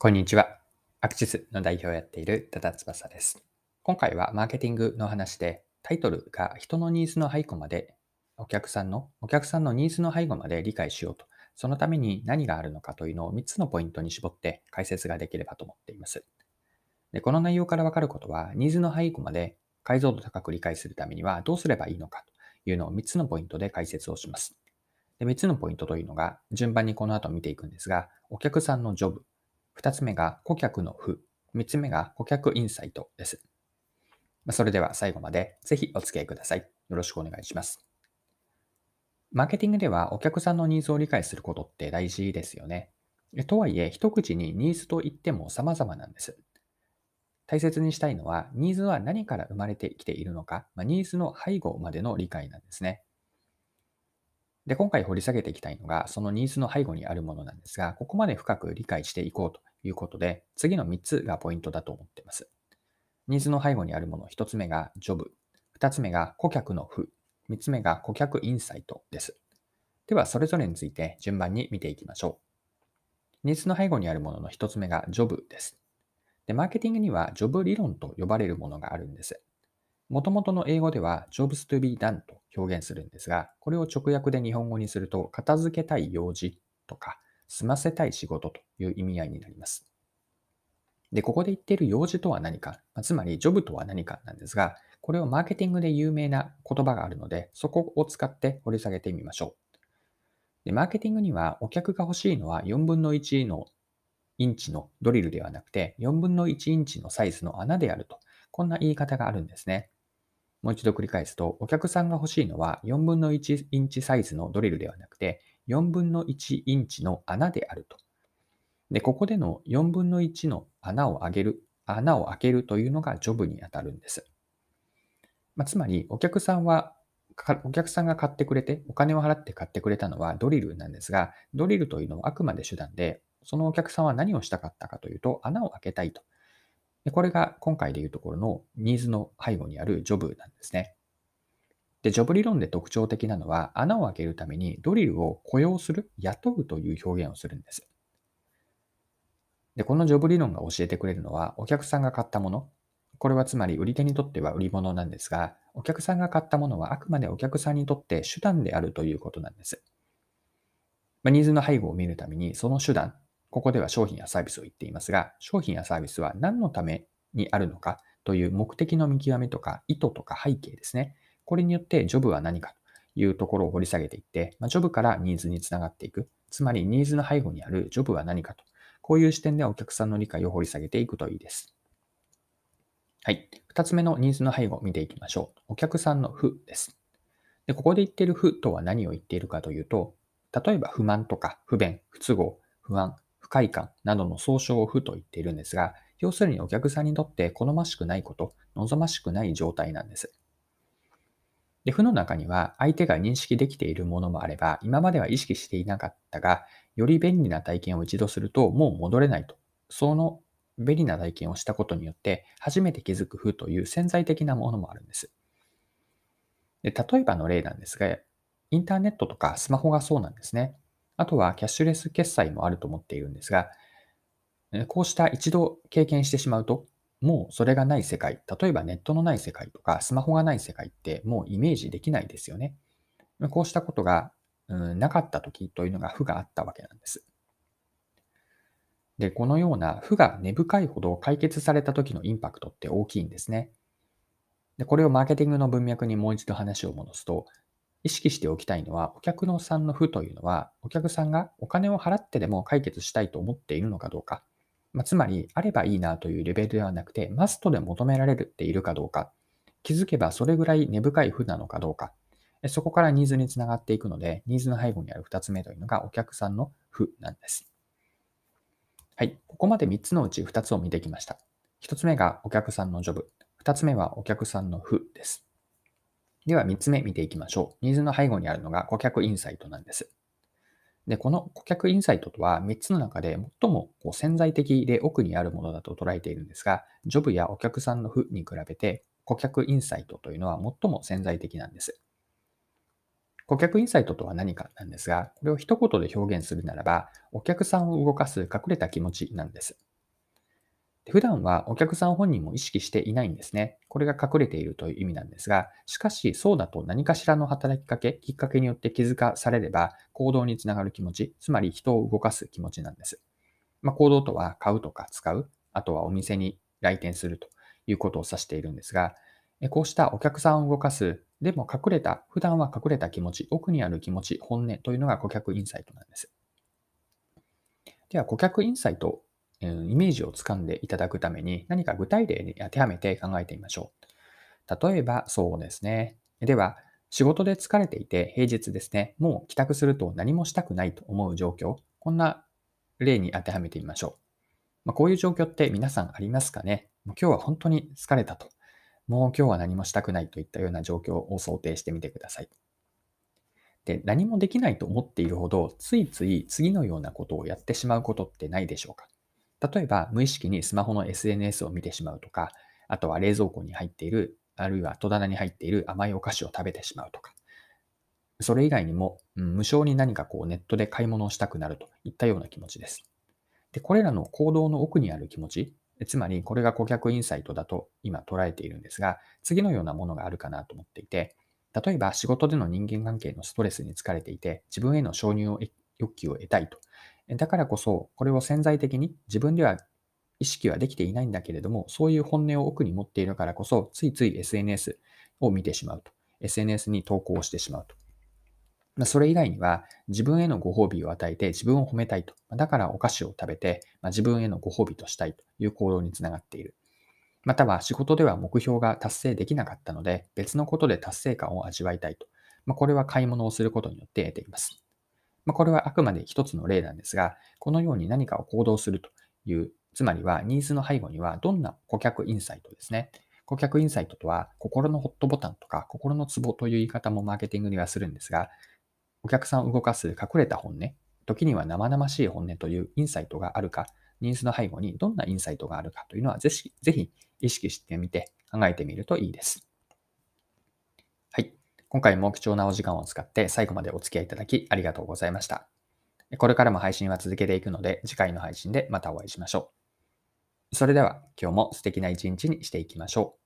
こんにちは。アクシスの代表をやっている多田翼です。今回はマーケティングの話で、タイトルが人のニーズの背後まで、お客さんのニーズの背後まで理解しようと、そのために何があるのかというのを3つのポイントに絞って解説ができればと思っています。で、この内容からわかることは、ニーズの背後まで解像度高く理解するためにはどうすればいいのかというのを3つのポイントで解説をします。で、3つのポイントというのが、順番にこの後見ていくんですが、お客さんのジョブ、2つ目が顧客の負、3つ目が顧客インサイトです。それでは最後までぜひお付き合いください。よろしくお願いします。マーケティングではお客さんのニーズを理解することって大事ですよね。とはいえ、一口にニーズと言っても様々なんです。大切にしたいのは、ニーズは何から生まれてきているのか、ニーズの背後までの理解なんですね。で、今回掘り下げていきたいのが、そのニーズの背後にあるものなんですが、ここまで深く理解していこうということで、次の3つがポイントだと思っています。ニーズの背後にあるもの、1つ目がジョブ、2つ目が顧客の負、3つ目が顧客インサイトです。では、それぞれについて順番に見ていきましょう。ニーズの背後にあるものの1つ目がジョブです。で、マーケティングにはジョブ理論と呼ばれるものがあるんです。もともとの英語では jobs to be done と表現するんですが、これを直訳で日本語にすると、片付けたい用事とか、済ませたい仕事という意味合いになります。で、ここで言っている用事とは何か、つまりジョブとは何かなんですが、これをマーケティングで有名な言葉があるので、そこを使って掘り下げてみましょう。で、マーケティングにはお客が欲しいのは4分の1のインチのドリルではなくて、4分の1インチのサイズの穴であると、こんな言い方があるんですね。もう一度繰り返すと、お客さんが欲しいのは4分の1インチサイズのドリルではなくて、4分の1インチの穴であると。で、ここでの4分の1の穴を開けるというのがジョブにあたるんです。つまり、お客さんが買ってくれて、お金を払って買ってくれたのはドリルなんですが、ドリルというのはあくまで手段で、そのお客さんは何をしたかったかというと、穴を開けたいと。で、これが今回でいうところのニーズの背後にあるジョブなんですね。で、ジョブ理論で特徴的なのは、穴を開けるためにドリルを雇用する、雇うという表現をするんです。で、このジョブ理論が教えてくれるのは、お客さんが買ったもの。これはつまり売り手にとっては売り物なんですが、お客さんが買ったものはあくまでお客さんにとって手段であるということなんです。ニーズの背後を見るために、その手段、ここでは商品やサービスを言っていますが、商品やサービスは何のためにあるのかという目的の見極めとか意図とか背景ですね。これによってジョブは何かというところを掘り下げていって、ジョブからニーズにつながっていく。つまりニーズの背後にあるジョブは何かと。こういう視点でお客さんの理解を掘り下げていくといいです。はい。二つ目のニーズの背後を見ていきましょう。お客さんの負です。で、ここで言っている負とは何を言っているかというと、例えば不満とか不便、不都合、不安、不快感などの総称を負と言っているんですが、要するにお客さんにとって好ましくないこと、望ましくない状態なんです。で、負の中には相手が認識できているものもあれば、今までは意識していなかったが、より便利な体験を一度するともう戻れないと。その便利な体験をしたことによって初めて気づく負という潜在的なものもあるんです。で、例えばの例なんですが、インターネットとかスマホがそうなんですね。あとはキャッシュレス決済もあると思っているんですが、こうした一度経験してしまうと、もうそれがない世界、例えばネットのない世界とかスマホがない世界ってもうイメージできないですよね。こうしたことが、なかった時というのが負があったわけなんです。で、このような負が根深いほど解決された時のインパクトって大きいんですね。で、これをマーケティングの文脈にもう一度話を戻すと、意識しておきたいのは、お客のさんの負というのは、お客さんがお金を払ってでも解決したいと思っているのかどうか。つまり、あればいいなというレベルではなくて、マストで求められているかどうか。気づけばそれぐらい根深い負なのかどうか。そこからニーズにつながっていくので、ニーズの背後にある二つ目というのがお客さんの負なんです。はい。ここまで三つのうち二つを見てきました。一つ目がお客さんのジョブ。二つ目はお客さんの負です。では3つ目見ていきましょう。ニーズの背後にあるのが顧客インサイトなんです。で、この顧客インサイトとは3つの中で最も潜在的で奥にあるものだと捉えているんですが、ジョブやお客さんの負に比べて顧客インサイトというのは最も潜在的なんです。顧客インサイトとは何かなんですが、これを一言で表現するならば、お客さんを動かす隠れた気持ちなんです。 で普段はお客さん本人も意識していないんですね。これが隠れているという意味なんですが、しかしそうだと何かしらの働きかけ、きっかけによって気づかされれば行動につながる気持ち、つまり人を動かす気持ちなんです。行動とは買うとか使う、あとはお店に来店するということを指しているんですが、こうしたお客さんを動かす、でも隠れた、普段は隠れた気持ち、奥にある気持ち、本音というのが顧客インサイトなんです。では、顧客インサイト、イメージをつかんでいただくために何か具体例に当てはめて考えてみましょう。例えば、そうですね。では、仕事で疲れていて平日ですね、もう帰宅すると何もしたくないと思う状況、こんな例に当てはめてみましょう。こういう状況って皆さんありますかね。もう今日は本当に疲れたと。もう今日は何もしたくないといったような状況を想定してみてください。で、何もできないと思っているほど、ついつい次のようなことをやってしまうことってないでしょうか。例えば、無意識にスマホの SNS を見てしまうとか、あとは冷蔵庫に入っている、あるいは戸棚に入っている甘いお菓子を食べてしまうとか、それ以外にも、無償に何かネットで買い物をしたくなるといったような気持ちです。で、これらの行動の奥にある気持ち、つまりこれが顧客インサイトだと今捉えているんですが、次のようなものがあるかなと思っていて、例えば仕事での人間関係のストレスに疲れていて、自分への承認欲求を得たいと。だからこそ、これを潜在的に自分では意識はできていないんだけれども、そういう本音を奥に持っているからこそ、ついつい SNS を見てしまうと。SNS に投稿をしてしまうと。それ以外には、自分へのご褒美を与えて自分を褒めたいと。だからお菓子を食べて、自分へのご褒美としたいという行動につながっている。または仕事では目標が達成できなかったので、別のことで達成感を味わいたいと。これは買い物をすることによって得ています。これはあくまで一つの例なんですが、このように何かを行動するという、つまりはニーズの背後にはどんな顧客インサイトですね。顧客インサイトとは、心のホットボタンとか心のツボという言い方もマーケティングにはするんですが、お客さんを動かす隠れた本音、時には生々しい本音というインサイトがあるか、ニーズの背後にどんなインサイトがあるかというのはぜひ意識してみて考えてみるといいです。はい。今回も貴重なお時間を使って最後までお付き合いいただきありがとうございました。これからも配信は続けていくので、次回の配信でまたお会いしましょう。それでは今日も素敵な一日にしていきましょう。